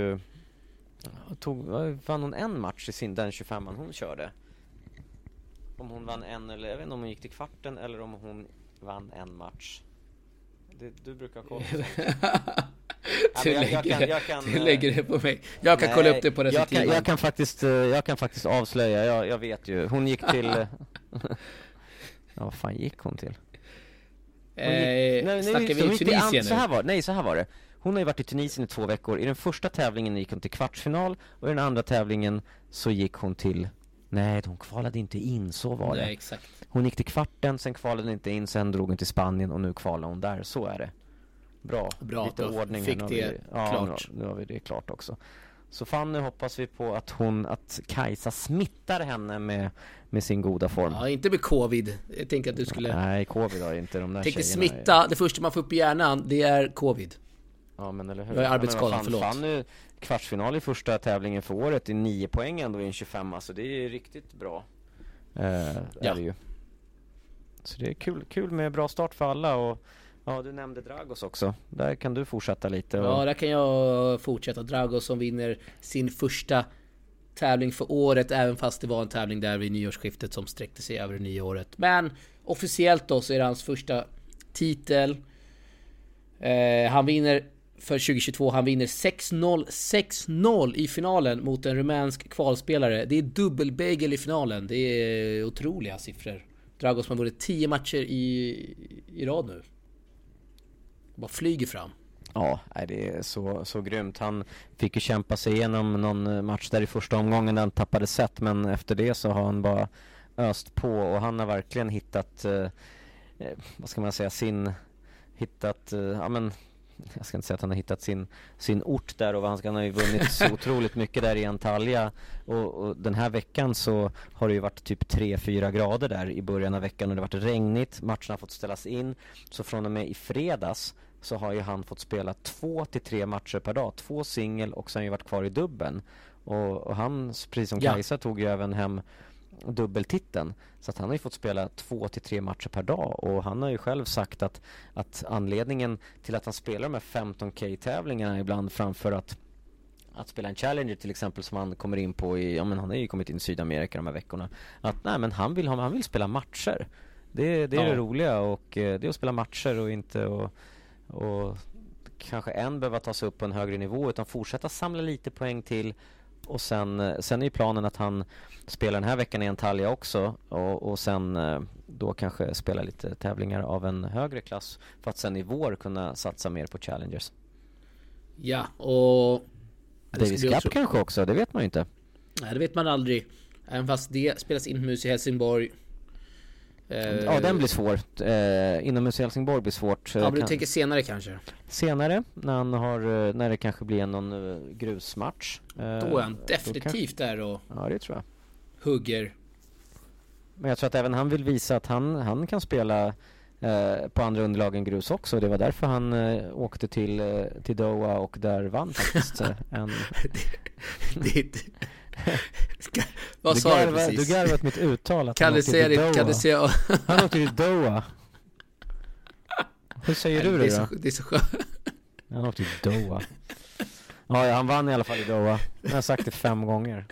Vann hon en match i den 25an hon körde. Om hon vann en, eller jag vet inte om hon gick till kvarten eller om hon vann en match. Du brukar kolla Du lägger det på mig. Jag kan kolla upp det på resultatet. Jag kan faktiskt avslöja. Jag vet ju. Hon gick till vad fan gick hon till? Snackar vi i Tunisien nu? Så här var det. Hon har ju varit i Tunisien i 2 veckor. I den första tävlingen gick hon till kvartsfinal och i den andra tävlingen så gick hon till... Nej, hon kvalade inte in, så var det. Exakt. Hon gick till kvarten, sen kvalade hon inte in, sen drog hon till Spanien och nu kvalar hon där, så är det. Bra. Lite ordning. Fick det klart. Nu har vi det klart också. Så Fanny hoppas vi på att Kajsa smittar henne med sin goda form. Ja, inte med covid. Jag tänker att du skulle... Nej, covid har inte de där tjejerna. Smitta, det första man får upp i hjärnan, det är covid. Ja, men eller hur? Jag är arbetsskadad, förlåt. Fanny kvartsfinal i första tävlingen för året i 9 poäng ändå i en 25, alltså det är riktigt bra. är det ju. Så det är kul med bra start för alla. Och ja, du nämnde Dragos också. Där kan du fortsätta lite. Ja, där kan jag fortsätta. Dragos som vinner sin första tävling för året, även fast det var en tävling där vid nyårsskiftet som sträckte sig över det nya året. Men officiellt då så är det hans första titel. Han vinner för 2022. Han vinner 6-0, 6-0 i finalen mot en rumänsk kvalspelare. Det är dubbelbagel i finalen. Det är otroliga siffror. Dragos har vunnit 10 matcher i rad nu. Bara flyger fram. Ja, det är så grymt. Han fick ju kämpa sig igenom någon match där i första omgången där han tappade set, men efter det så har han bara öst på, och han har verkligen hittat vad ska man säga, jag ska inte säga att han har hittat sin ort där, och han har ju vunnit så otroligt mycket där i Antalya, och den här veckan så har det ju varit typ 3-4 grader där i början av veckan, och det har varit regnigt, matcherna har fått ställas in, så från och med i fredags så har ju han fått spela 2-3 matcher per dag, 2 singel, och sen har ju varit kvar i dubben, och han, precis som Kajsa, tog ju även hem dubbeltiteln, så att han har ju fått spela 2-3 matcher per dag, och han har ju själv sagt att anledningen till att han spelar de här 15K-tävlingarna ibland framför att spela en Challenger till exempel, som han kommer in på han har ju kommit in i Sydamerika de här veckorna, att men han vill spela matcher. Det är det roliga, och det är att spela matcher, och inte och kanske behöva ta sig upp på en högre nivå, utan fortsätta samla lite poäng till. Och sen är ju planen att han spelar den här veckan i Antalya också, och sen då kanske spela lite tävlingar av en högre klass, för att sen i vår kunna satsa mer på Challengers. Ja, och Davis Cup kanske också, det vet man ju inte. Nej, det vet man aldrig. Även fast det spelas inomhus i Helsingborg. Ja, den blir svår. Inomhus i Helsingborg blir svårt. Ja, men du tänker senare kanske? Senare, när det kanske blir någon grusmatch. Då är han definitivt där och ja, det tror jag. Hugger. Men jag tror att även han vill visa att han kan spela på andra underlag än grus också. Det var därför han åkte till Doha och där vann faktiskt. Vad sa du precis? Du garvat mitt uttal att kan du se han åkte till Doha. Hur säger du det då? Det är så skönt. Han åkte till Doha. Ja, han vann i alla fall i Doha. Jag har sagt det 5 gånger.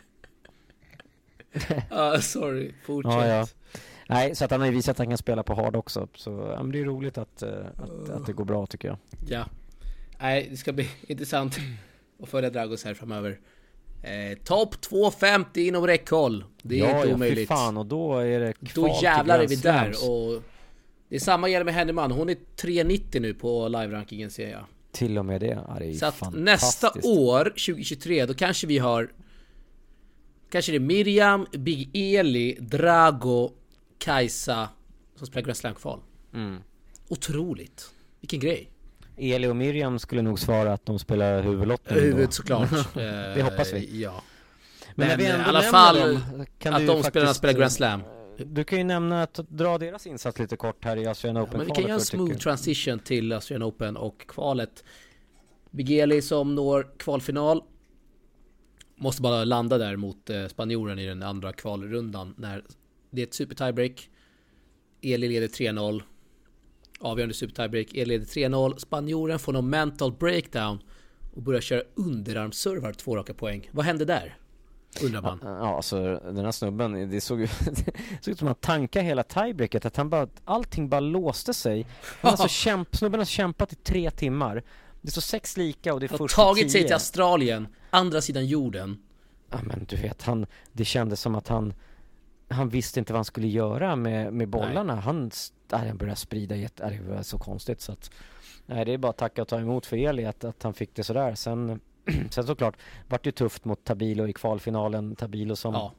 Sorry, fortsätt. Ja. Nej, så att han har ju visat att han kan spela på hard också. Så det är roligt att det går bra, tycker jag. Ja. Nej, det ska bli intressant att följa Dragos här framöver. Topp 250 inom räckhåll. Det är inte omöjligt. Ja, fan, och då är det kval. Då jävlar är vi där. Och det är samma gäller med Henneman. Hon är 390 nu på live-rankingen, ser jag. Till och med det. Ja, det är så att nästa år, 2023, då kanske vi har... Kanske det är Miriam, Big Eli, Drago, Kajsa som spelar Grand Slam-kval. Otroligt. Vilken grej. Eli och Miriam skulle nog svara att de spelar huvudlotten. Huvudet såklart. Det hoppas vi. Ja. Men i alla fall att de spelar Grand Slam. Du kan ju nämna att dra deras insats lite kort här i Australian Open. Men vi kan göra en smooth transition till Australian Open och kvalet. Bigeli som når kvalfinal måste bara landa där mot spanjoren i den andra kvalrundan när det är ett super tiebreak. Eli leder 3-0. Avgörande super tiebreak. Eli leder 3-0. Spanjoren får någon mental breakdown och börjar köra underarmsservar 2 raka poäng. Vad hände där? Undrar man. Ja, alltså den här snubben, det såg ut som att tanka hela tiebreaket, att allting bara låste sig. Snubben har kämpat i 3 timmar. Det står 6 lika och det är först 10. Tagit sig till Australien, andra sidan jorden. Ja, men du vet, det kändes som att han visste inte vad han skulle göra med bollarna. Han började sprida det var så konstigt, så att nej, det är bara att tacka och ta emot för Eli att han fick det sådär. Sen såklart vart det tufft mot Tabilo i kvalfinalen. Tabilo som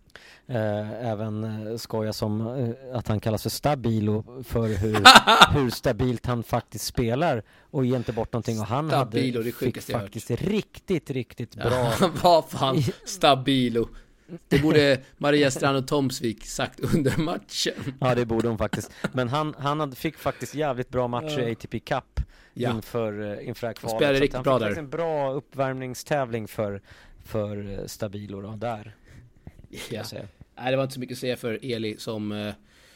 även skojar som att han kallas för Stabilo för hur stabilt han faktiskt spelar och ger inte bort någonting. Och han fick faktiskt riktigt bra. Vad fan, Stabilo. Det borde Maria Strand och Tomsvik sagt under matchen. Ja, det borde hon faktiskt. Men han fick faktiskt jävligt bra matcher i ATP Cup inför kvalet. Han spelade riktigt bra där. En bra uppvärmningstävling för Stabilo då, där. Ja. Nej, det var inte så mycket att säga för Eli som...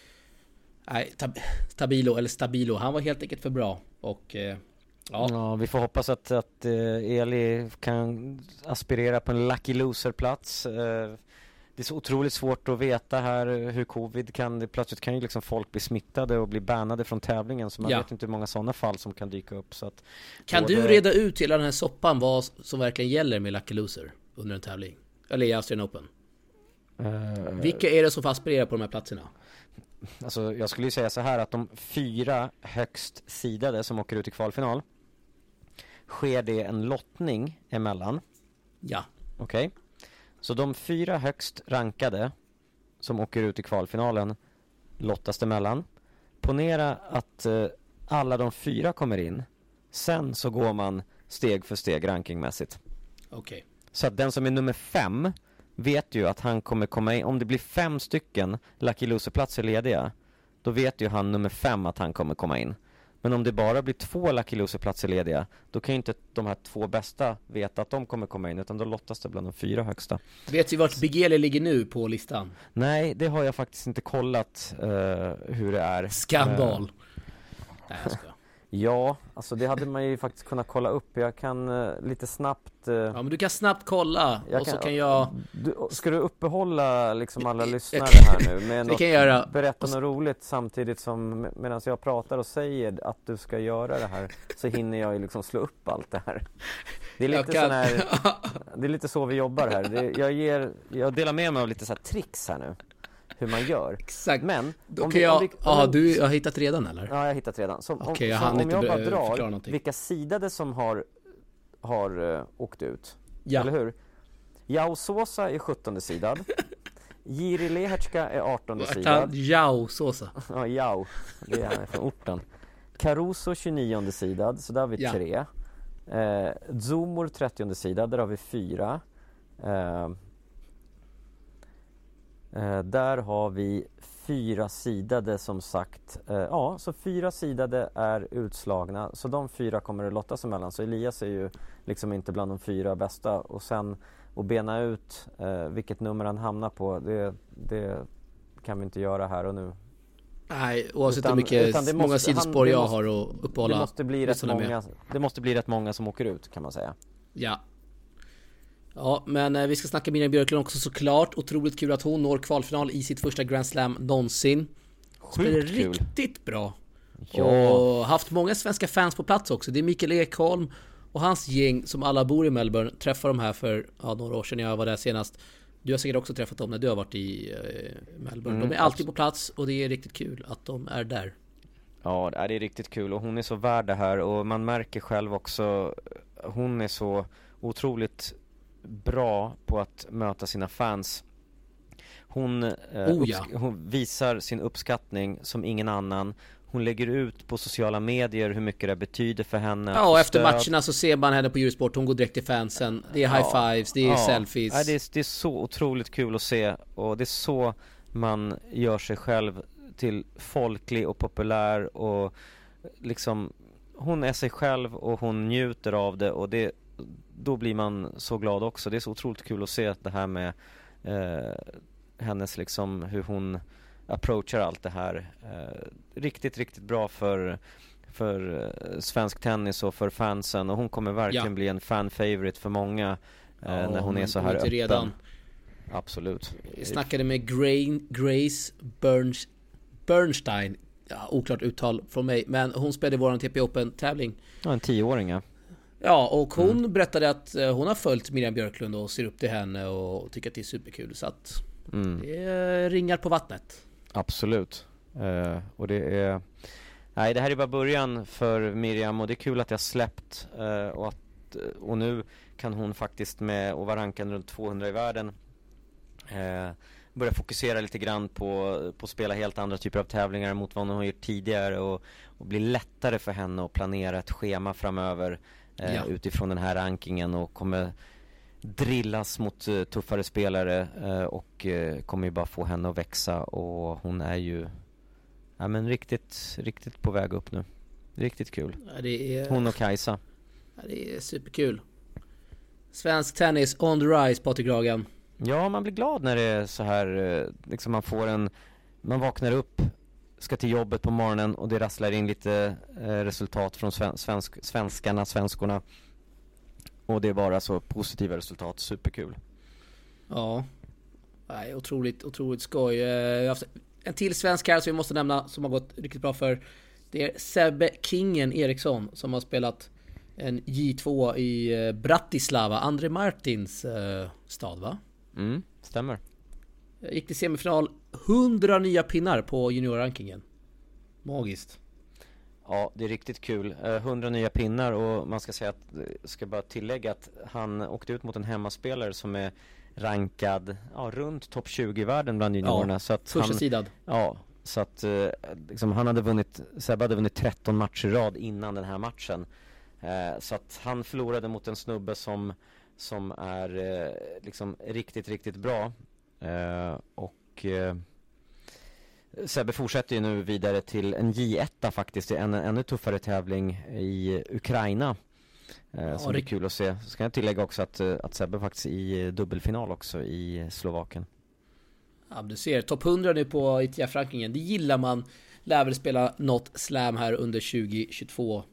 Stabilo. Han var helt enkelt för bra. Och... Ja, vi får hoppas att Eli kan aspirera på en lucky loser-plats. Det är så otroligt svårt att veta här hur covid kan... Plötsligt kan ju liksom folk bli smittade och bli bannade från tävlingen. Så man vet inte hur många sådana fall som kan dyka upp. Så att kan du reda ut hela den här soppan vad som verkligen gäller med lucky loser under en tävling? Eller i Australian Open? Vilka är det som får aspirera på de här platserna? Alltså jag skulle ju säga så här att de 4 högst sidade som åker ut i kvalfinal, sker det en lottning emellan. Ja. Okej. Så de 4 högst rankade som åker ut i kvalfinalen lottas det emellan. Ponera att alla de 4 kommer in. Sen så går man steg för steg rankingmässigt. Okej. Så att den som är nummer 5 vet ju att han kommer komma in. Om det blir 5 stycken lucky loser-platser lediga, då vet ju han nummer 5 att han kommer komma in. Men om det bara blir 2 lucky loser-platser lediga, då kan ju inte de här 2 bästa veta att de kommer komma in, utan då lottas det bland de 4 högsta. Vet vi vart Bigele ligger nu på listan? Nej, det har jag faktiskt inte kollat hur det är. Skandal. Nej, jag ska. Ja, alltså det hade man ju faktiskt kunnat kolla upp. Jag kan lite snabbt... Ja, men du kan snabbt kolla. Så kan jag... Ska du uppehålla liksom alla lyssnare här nu? Med det kan jag göra. Berätta något roligt samtidigt som medan jag pratar och säger att du ska göra det här, så hinner jag ju liksom slå upp allt det här. Det är lite sån här... Det är lite så vi jobbar här. Jag delar med mig av lite så här tricks här nu. Hur man gör. Exakt. Men du har hittat redan eller? Ja, jag har hittat redan. Om jag bara drar vilka sidade som har åkt ut. Ja. Eller hur? Jao Sosa är 17:e sidad. Jiri Lehecka är 18:e sidad. Jao Sosa. Ja, Jao. Det är från orten. Caruso 29:e sidad, så där har vi 3. Zumor 30:e sidad, där har vi 4. Där har vi 4 sidade som sagt. Så 4 sidade är utslagna. Så de 4 kommer att lottas emellan. Så Elias är ju liksom inte bland de 4 bästa. Och sen att bena ut vilket nummer han hamnar på, det kan vi inte göra här och nu. Nej, oavsett hur mycket många sidospår jag har att uppehålla. Det måste bli rätt många som åker ut, kan man säga. Ja, men vi ska snacka Miriam Björklund också såklart. Otroligt kul att hon når kvalfinal i sitt första Grand Slam någonsin. Spelar riktigt bra. Ja. Och haft många svenska fans på plats också. Det är Mikael Ekholm och hans gäng som alla bor i Melbourne. Träffade de här för några år sedan när jag var där senast. Du har säkert också träffat dem när du har varit i Melbourne. De är alltid på plats och det är riktigt kul att de är där. Ja, det är riktigt kul och hon är så värd det här. Och man märker själv också, hon är så otroligt bra på att möta sina fans. Hon visar sin uppskattning som ingen annan. Hon lägger ut på sociala medier hur mycket det betyder för henne. Ja, och efter matcherna så ser man henne på Eurosport. Hon går direkt till fansen. Det är high fives, det är selfies. Ja, det är så otroligt kul att se. Och det är så man gör sig själv till folklig och populär. Och liksom, hon är sig själv och hon njuter av det. Och då blir man så glad också. Det är så otroligt kul att se det här med hennes liksom, hur hon approachar allt det här. Riktigt, riktigt bra för svensk tennis och för fansen. Och hon kommer verkligen bli en fan-favorite för många när hon är så här öppen. Redan. Absolut. Jag snackade med Grace Bernstein. Ja, oklart uttal från mig. Men hon spelade våran TP Open-tävling. Ja, en 10-åring, ja. Ja, och hon berättade att hon har följt Miriam Björklund och ser upp till henne och tycker att det är superkul. Så att det ringar på vattnet. Absolut. Och det är... Nej, det här är bara början för Miriam och det är kul att jag släppt. Och nu kan hon faktiskt med att vara rankad runt 200 i världen börja fokusera lite grann på att spela helt andra typer av tävlingar mot vad hon har gjort tidigare och bli lättare för henne att planera ett schema framöver utifrån den här rankingen och kommer drillas mot tuffare spelare och kommer ju bara få henne att växa och hon är ju riktigt på väg upp nu. Riktigt kul. Ja, hon och Kajsa. Ja, det är superkul. Svensk tennis on the rise, Patrik Ragan. Ja, man blir glad när det är så här, liksom man vaknar upp, ska till jobbet på morgonen och det rasslar in lite resultat från svenskorna. Och det är bara så positiva resultat, superkul. Ja, nej, otroligt skoj. Jag har haft en till svensk här som vi måste nämna som har gått riktigt bra för. Det är Sebbe Kingen Eriksson som har spelat en J2 i Bratislava, André Martins stad, va? Stämmer. Gick till semifinal, 100 nya pinnar på juniorrankingen. Magiskt. Ja, det är riktigt kul. 100 nya pinnar och man ska säga att, ska bara tillägga att han åkte ut mot en hemmaspelare som är rankad runt topp 20 i världen bland juniorerna. Ja, så att första sidad. Ja, så att liksom, Sebbe hade vunnit 13 matcher i rad innan den här matchen. Så att han förlorade mot en snubbe som är liksom riktigt bra. Och Sebbe fortsätter ju nu vidare till en J1 faktiskt, en ännu tuffare tävling i Ukraina. Som är kul att se. Så kan jag tillägga också att Sebbe faktiskt i dubbelfinal också i Slovakien. Ja, du ser, topp 100 nu på ITF-rankingen. Det gillar man. Lär väl spela något slam här under 2022.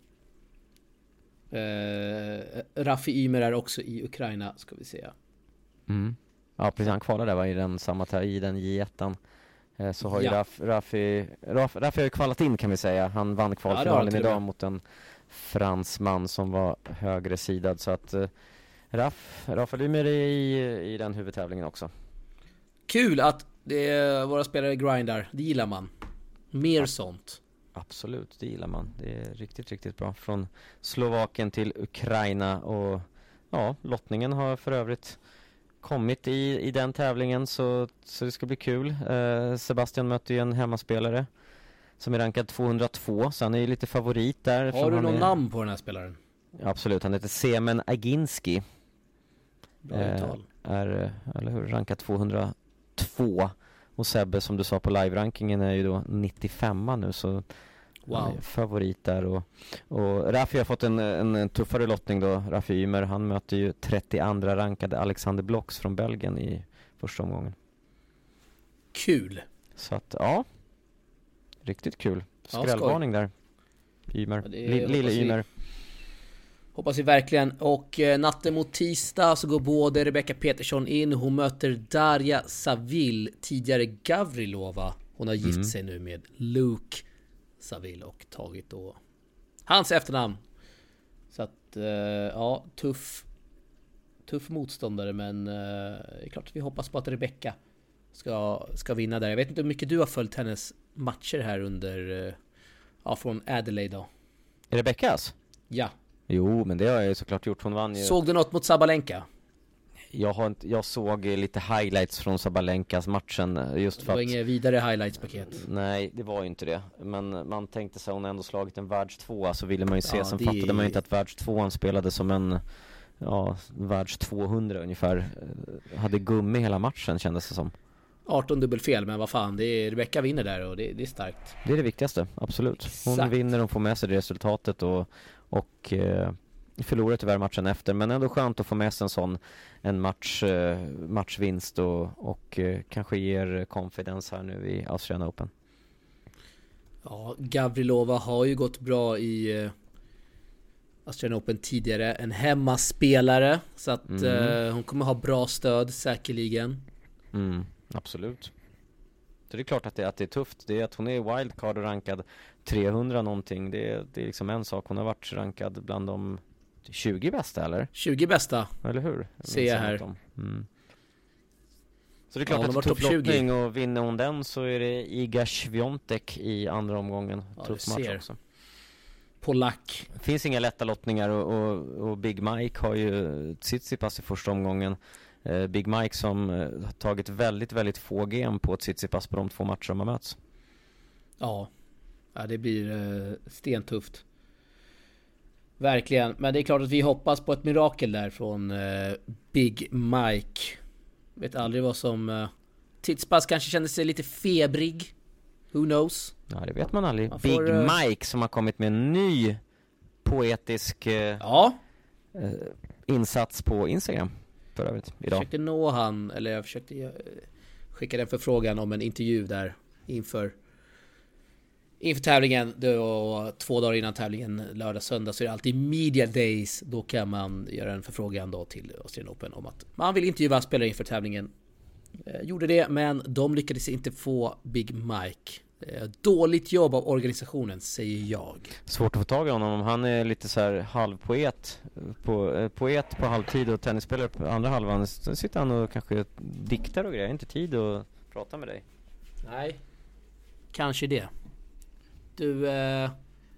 Rafi Ymer är också i Ukraina, ska vi säga. Ja, precis, han kvalade där i den J1. Så har ju Rafi har ju kvalat in, kan vi säga. Han vann kvalfinalen idag mot en fransman som var högre sidad. Så att Rafa är med i den huvudtävlingen också. Kul att våra spelare grindar. Det gillar man. Mer sånt. Absolut, det gillar man. Det är riktigt bra. Från Slovakien till Ukraina. Och ja, lottningen har för övrigt kommit i den tävlingen, så det ska bli kul. Sebastian möter ju en hemmaspelare som är rankad 202, så han är ju lite favorit där. Har du någon namn på den här spelaren? Ja, absolut, han heter Semen Aginski. Eller hur, rankad 202. Och Sebbe, som du sa på live-rankingen, är ju då 95 nu, så wow. Favorit där. Och Rafi har fått en tuffare lottning då. Rafi Ymer, han möter ju 32 rankade Alexander Blocks från Belgien i första omgången. Kul. Så att, ja, riktigt kul. Skrällvarning där. Ymer, lille Ymer. Hoppas vi verkligen. Och natten mot tisdag så går både Rebecca Petersson in. Hon möter Darja Savil, tidigare Gavrilova. Hon har gift sig nu med Luke Savil och tagit då hans efternamn. Så att ja, tuff motståndare, men det är klart att vi hoppas på att Rebecca ska vinna där. Jag vet inte hur mycket du har följt hennes matcher här under från Adelaide då. Rebeccas? Ja. Jo, men det har jag ju såklart gjort. Hon vann ju. Såg du något mot Sabalenka? Jag såg lite highlights från Sabalenkas matchen, just för det var inget vidare highlights-paket. Nej, det var ju inte det. Men man tänkte sig, hon ändå slagit en världs-2, så ville man ju se. Sen fattade man ju inte att världs-2 spelade som en världs-200 ungefär. Hade gummi hela matchen, kändes det som. 18 dubbelfel, men vad fan, Rebecca vinner där och det är starkt. Det är det viktigaste, absolut. Hon vinner och får med sig det resultatet och förlorar tyvärr matchen efter, men ändå skönt att få med sig en matchvinst och kanske ger confidence här nu i Australian Open. Ja, Gavrilova har ju gått bra i Australian Open tidigare, en hemmaspelare, så att hon kommer ha bra stöd säkerligen. Absolut. Så det är klart att det är tufft. Det är att hon är wildcard och rankad 300 någonting. Det är liksom en sak. Hon har varit rankad bland de 20 bästa, eller? 20 bästa. Eller hur? Ser jag här. Så det är klart att det är tuff lottning, och vinner hon den så är det Iga Swiatek i andra omgången. Tuff match också. Polack. Det finns inga lätta lottningar och Big Mike har ju Tsitsipas i första omgången. Big Mike som har tagit väldigt få game på Tsitsipas på de 2 matcher de har möts. Ja, det blir stentufft. Verkligen, men det är klart att vi hoppas på ett mirakel där från Big Mike. Vet aldrig vad som Tsitsipas kanske kände sig lite febrig. Who knows? Ja, det vet man aldrig. Big Mike som har kommit med en ny poetisk insats på Instagram. för övrigt idag. Jag försökte nå han, eller jag försökte skicka en förfrågan om en intervju där inför tävlingen. Då, 2 dagar innan tävlingen, lördag, söndag, så är det alltid media days. Då kan man göra en förfrågan då till Australian Open om att man vill intervjua spelare inför tävlingen. Gjorde det, men de lyckades inte få Big Mike. Dåligt jobb av organisationen, säger jag. Svårt att få tag i honom. Han är lite så här halvpoet poet på halvtid och tennisspelare på andra halvan. Så sitter han och kanske diktar och grejer. Inte tid att prata med dig. Nej, kanske det. Du, ja,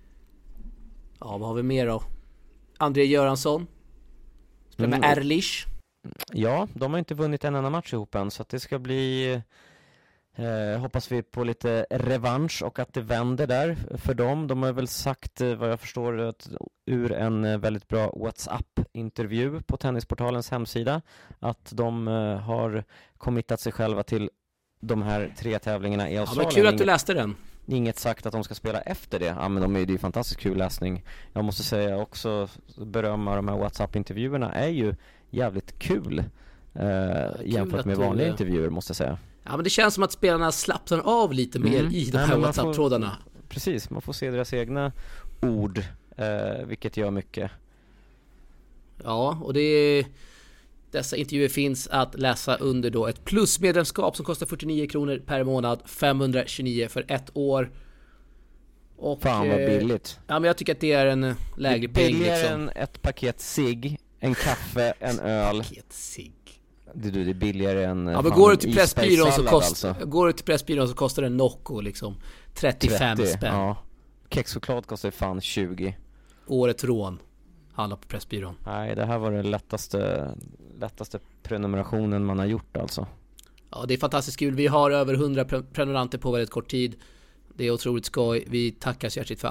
vad har vi mer då? André Göransson spelar med Erlich. Ja, de har inte vunnit en enda match ihop än, så att det ska bli hoppas vi på lite revansch och att det vänder där för dem. De har väl sagt, vad jag förstår, att ur en väldigt bra WhatsApp-intervju på Tennisportalens hemsida, att de har committat sig själva till de här 3 tävlingarna i Australien. Ja, men kul att du läste den. Inget sagt att de ska spela efter det. Ja, men det är ju fantastiskt kul läsning. Jag måste säga också, berömma de här WhatsApp-intervjuerna är ju jävligt kul jämfört med vanliga intervjuer, måste jag säga. Ja, men det känns som att spelarna slappnar av lite mer i de här WhatsApp-trådarna. Precis, man får se deras egna ord, vilket gör mycket. Ja, och dessa intervjuer finns att läsa under då ett plusmedlemskap som kostar 49 kronor per månad, 529 för 1 år. Och, fan vad billigt. Ja, men jag tycker att det är en lägre peng billigare än ett paket cigg, en kaffe, en öl. Paket cigg. Det är billigare än. Ja, men går du till Pressbyrån så kostar det Nocco liksom 35 spänn. Ja. Kexchoklad kostar fan 20. Årets rån. Alla på Pressbyrån. Nej, det här var den lättaste prenumerationen man har gjort alltså. Ja, det är fantastiskt kul. Vi har över 100 prenumeranter på väldigt kort tid. Det är otroligt skoj. Vi tackar så hjärtligt för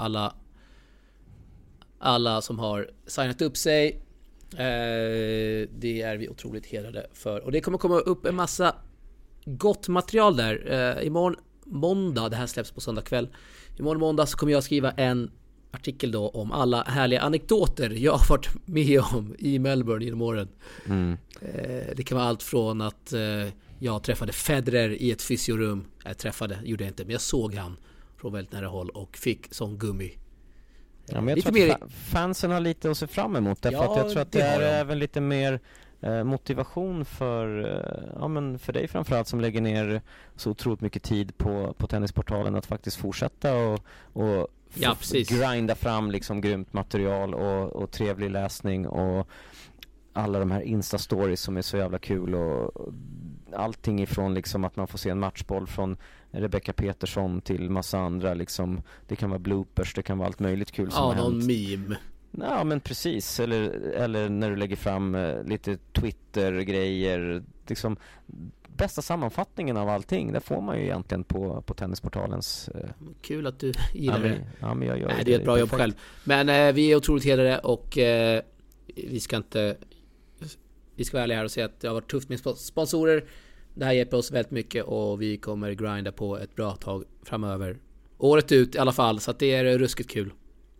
alla som har signat upp sig. Det är vi otroligt hedrade för. Och det kommer komma upp en massa gott material där. Imorgon måndag, det här släpps på söndag kväll. Imorgon måndag så kommer jag skriva en artikel då om alla härliga anekdoter jag har varit med om i Melbourne genom åren. Det kan vara allt från att jag träffade Federer i ett fysiorum. Gjorde jag inte, men jag såg han från väldigt nära håll och fick sån gummi. Ja, men jag tror att fansen har lite att se fram emot därför att jag tror att det är även lite mer motivation för dig framförallt som lägger ner så otroligt mycket tid på Tennisportalen att faktiskt fortsätta och grinda fram liksom grymt material och trevlig läsning och alla de här Insta-stories som är så jävla kul och allting ifrån liksom att man får se en matchboll från Rebecca Peterson till massa andra liksom, det kan vara bloopers, det kan vara allt möjligt kul som har hänt. Ja, någon meme. Ja, men precis, eller när du lägger fram lite Twitter-grejer liksom, bästa sammanfattningen av allting, det får man ju egentligen på Tennisportalens kul att du gillar det. Ja, men jag gör det är ett bra jobb själv. Men vi är otroligt hedrade och vi ska vara ärliga här och säga att det har varit tufft med sponsorer. Det här hjälper oss väldigt mycket och vi kommer grinda på ett bra tag framöver. Året ut i alla fall, så att det är ruskigt kul.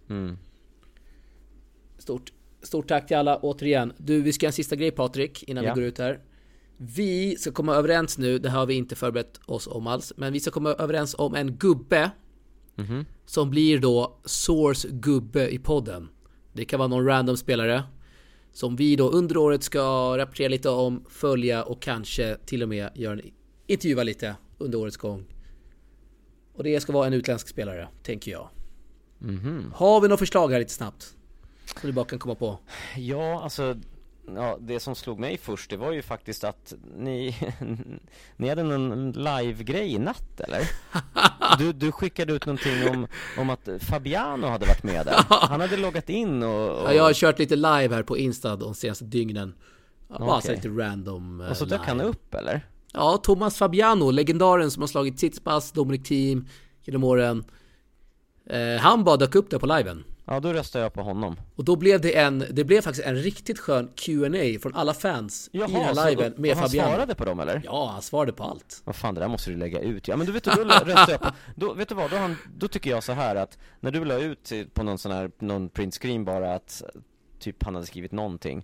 Stort tack till alla återigen. Vi ska en sista grej, Patrik, innan vi går ut här. Vi ska komma överens nu, det har vi inte förberett oss om alls, men vi ska komma överens om en gubbe som blir då Source gubbe i podden. Det kan vara någon random spelare som vi då under året ska rapportera lite om, följa och kanske till och med intervjua lite under årets gång. Och det ska vara en utländsk spelare, tänker jag. Har vi några förslag här lite snabbt som du bara kan komma på? Ja, alltså det som slog mig först, det var ju faktiskt att ni hade en live-grej i natt, eller? Du skickade ut någonting om att Fabiano hade varit med där. Han hade loggat in och... Ja, jag har kört lite live här på Insta de senaste dygnen. Bara så lite random och så dök han upp, eller? Ja, Thomas Fabiano, legendaren som har slagit Tsitsipas, Dominic Thiem genom åren. Han bara dök upp där på liven. Ja, då röstade jag på honom. Och då blev det blev faktiskt en riktigt skön Q&A från alla fans i den här liven med Fabiano. Han svarade på dem, eller? Ja, han svarade på allt. Vad fan, det där måste du lägga ut. Ja, men du vet, då röstade jag på... Vet du vad, då tycker jag så här att när du la ut på någon print screen bara att typ han hade skrivit någonting,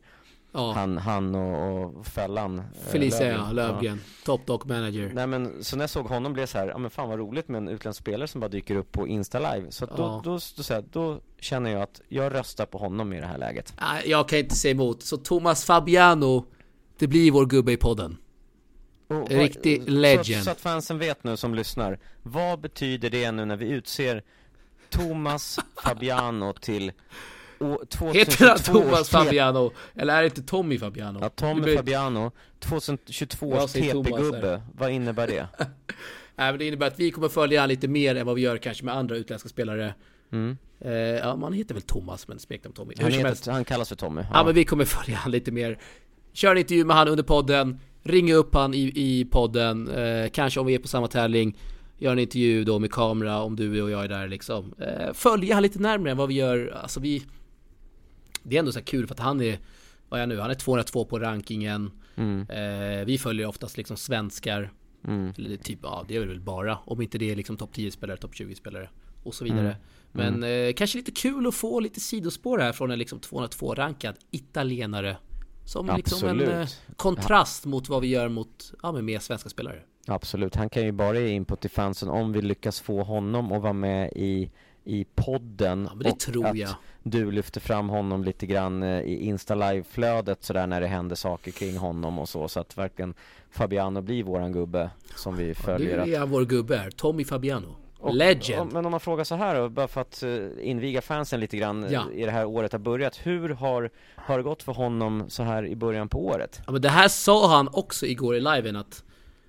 Han och Fällan Felicia Lövgren, top dog manager. Nej, men så när jag såg honom blev så här, ja men fan vad roligt med en utländsk spelare som bara dyker upp på Insta Live. Så då känner jag att jag röstar på honom i det här läget. Jag kan inte säga emot. Så Thomas Fabiano, det blir vår gubbe i podden. Riktig legend. Så att fansen vet nu som lyssnar, vad betyder det nu när vi utser Thomas Fabiano till 2022? Heter han Thomas Fabiano? Eller är det inte Tommy Fabiano? Ja, Tommy Fabiano, 2022 års TP-gubbe. Vad innebär det? Nej, men det innebär att vi kommer följa han lite mer än vad vi gör kanske med andra utländska spelare. Man heter väl Thomas, men smeknamn Tommy. Han kallas för Tommy. Ja, men vi kommer följa han lite mer. Kör en intervju med han under podden. Ring upp han i podden. Kanske om vi är på samma tävling. Gör en intervju då med kamera om du och jag är där liksom. Följa han lite närmare än vad vi gör. Alltså det är ändå så här kul för att han är, vad är han nu? Han är 202 på rankingen. Vi följer oftast liksom svenskar. Eller typ, det är väl bara. Om inte det är liksom topp 10-spelare, topp 20-spelare och så vidare. Men kanske lite kul att få lite sidospår här från en liksom 202-rankad italienare. Som liksom en kontrast mot vad vi gör mot med svenska spelare. Absolut, han kan ju bara ge input till fansen om vi lyckas få honom att vara med i podden. Ja, men det tror jag. Du lyfter fram honom lite grann i Insta Live-flödet sådär när det händer saker kring honom och så att verkligen Fabiano blir våran gubbe som vi följer. Det är vår gubbe här, Tommy Fabiano. Legend. Men om man frågar så här då, bara för att inviga fansen lite grann i det här året har börjat. Hur har det gått för honom så här i början på året? Ja, men det här sa han också igår i liven att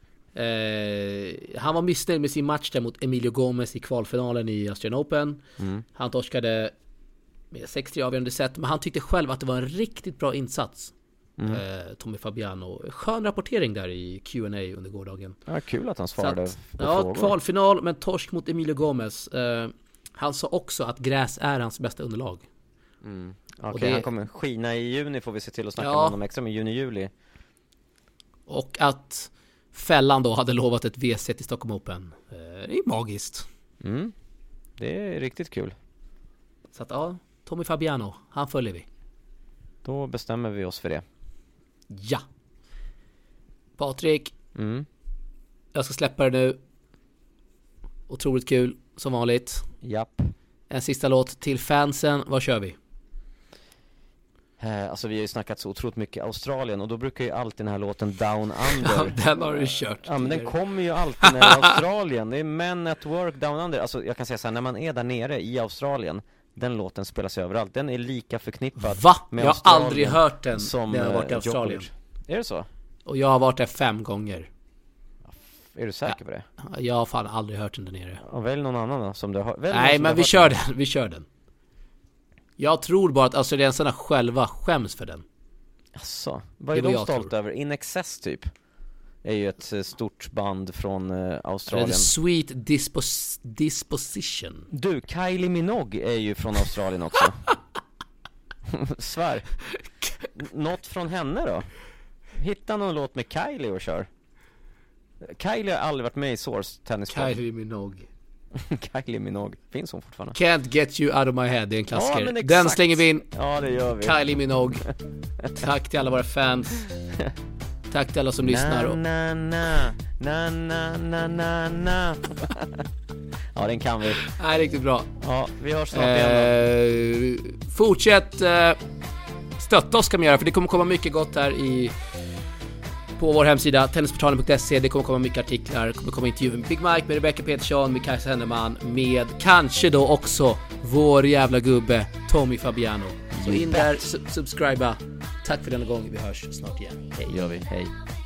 han var missnöjd med sin match där mot Emilio Gomez i kvalfinalen i Australian Open. Han torskade med 6-3 avgörande set, men han tyckte själv att det var en riktigt bra insats. Tommy Fabiano. Skön rapportering där i Q&A under gårdagen. Ja, kul att han svarade på frågor. Kvalfinal men torsk mot Emilio Gomez. Han sa också att gräs är hans bästa underlag. Okej, han kommer skina i juni, får vi se till att snacka med honom extra med juni-juli. Och att Fällan då hade lovat ett WC till Stockholm Open. Det är magiskt. Det är riktigt kul. Så att Tommy Fabiano, han följer vi. Då bestämmer vi oss för det. Ja. Patrik. Jag ska släppa det nu. Otroligt kul, som vanligt. Japp. En sista låt till fansen. Vad kör vi? Alltså vi har ju snackat så otroligt mycket Australien. Och då brukar ju alltid den här låten Down Under. Ja, den har du kört. Ja, men den kommer ju alltid när det är Australien. Det är Men at Work Down Under. Alltså jag kan säga så här, när man är där nere i Australien, den låten spelas överallt. Den är lika förknippad med jag har aldrig hört den som när jag har varit i Australien. Är det så? Och jag har varit där 5 gånger. Är du säker på det? Jag har fan aldrig hört den där nere. Och välj någon annan då som du har. Nej, men vi kör den. Jag tror bara att australiensarna själva skäms för den. Asså, vad är de stolta över? In Excess typ är ju ett stort band från Australien. Sweet Disposition. Du, Kylie Minogue är ju från Australien också. Svär. Något från henne då? Hitta någon låt med Kylie och kör. Kylie har aldrig varit med i Source tennispodden. Kylie Minogue. Kylie Minogue, finns hon fortfarande? Can't get you out of my head, det är en klassiker. Ja, den slänger vi in. Ja, det gör vi. Kylie Minogue. Tack till alla våra fans. Tack till alla som lyssnar. Ja, den kan vi. Nej, riktigt bra. Ja, vi hörs snart igen då. Fortsätt stötta oss kan vi göra, för det kommer komma mycket gott här på vår hemsida tennisportalen.se. Det kommer komma mycket artiklar, det kommer komma intervjuer med Big Mike, med Rebecca Petersson, med Kajsa Henneman, med kanske då också vår jävla gubbe Tommy Fabiano. Så in där, subscriba. Tack för denna gång, vi hörs snart igen. Hej. Gör vi, hej.